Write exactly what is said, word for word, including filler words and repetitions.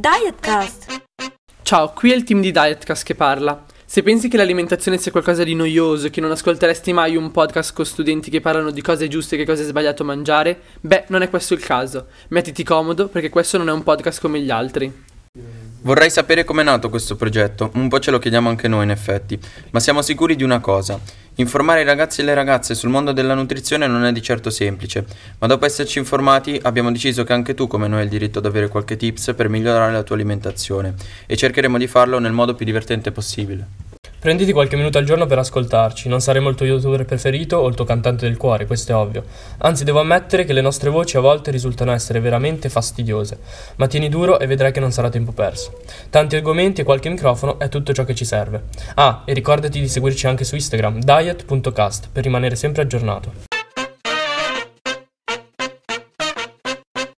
Dietcast. Ciao, qui è il team di Dietcast che parla. Se pensi che l'alimentazione sia qualcosa di noioso e che non ascolteresti mai un podcast con studenti che parlano di cose giuste e che cosa è sbagliato mangiare, beh, non è questo il caso. Mettiti comodo perché questo non è un podcast come gli altri. Vorrei sapere com'è nato questo progetto, un po' ce lo chiediamo anche noi in effetti, ma siamo sicuri di una cosa: informare i ragazzi e le ragazze sul mondo della nutrizione non è di certo semplice, ma dopo esserci informati abbiamo deciso che anche tu come noi hai il diritto ad avere qualche tips per migliorare la tua alimentazione e cercheremo di farlo nel modo più divertente possibile. Prenditi qualche minuto al giorno per ascoltarci, non saremo il tuo youtuber preferito o il tuo cantante del cuore, questo è ovvio. Anzi, devo ammettere che le nostre voci a volte risultano essere veramente fastidiose, ma tieni duro e vedrai che non sarà tempo perso. Tanti argomenti e qualche microfono è tutto ciò che ci serve. Ah, e ricordati di seguirci anche su Instagram, diet punto cast, per rimanere sempre aggiornato.